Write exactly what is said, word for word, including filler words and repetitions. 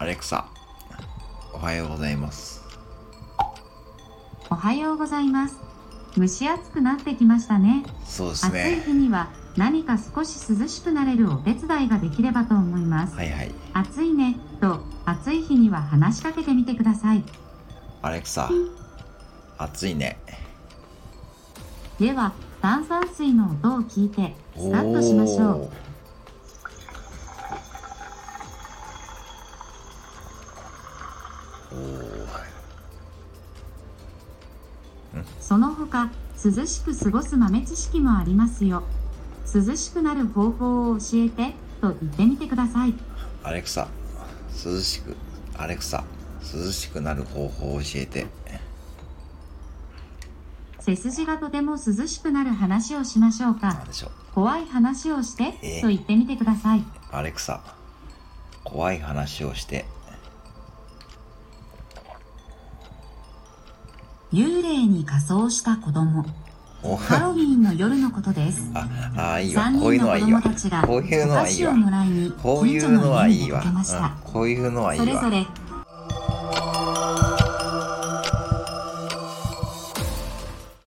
アレクサ、おはようございます。 おはようございます。蒸し暑くなってきましたね。 そうですね。 暑い日には何か少し涼しくなれるお手伝いができればと思います。 はいはい。 暑いねと暑い日には話しかけてみてください。 アレクサ、暑いね。 では炭酸水の音を聞いてスタートしましょう。 おー。 その他涼しく過ごす豆知識もありますよ。涼しくなる方法を教えてと言ってみてください。 アレクサ、涼しく、アレクサ、涼しくなる方法を教えて。 背筋がとても涼しくなる話をしましょうか。 何でしょう。 怖い話をして、 えーと言ってみてください。 アレクサ、怖い話をして。 幽霊に仮装した子供。ハロウィーンの夜のことです。 ああ、いいわ。 さんこういにんの子うのはいいわ。 供たちがこういうのおはいいわ。 菓子をもらいにこういう近所ののはいいわ。 家に出かけました。 うん、こういうのはいいわ。 それぞれ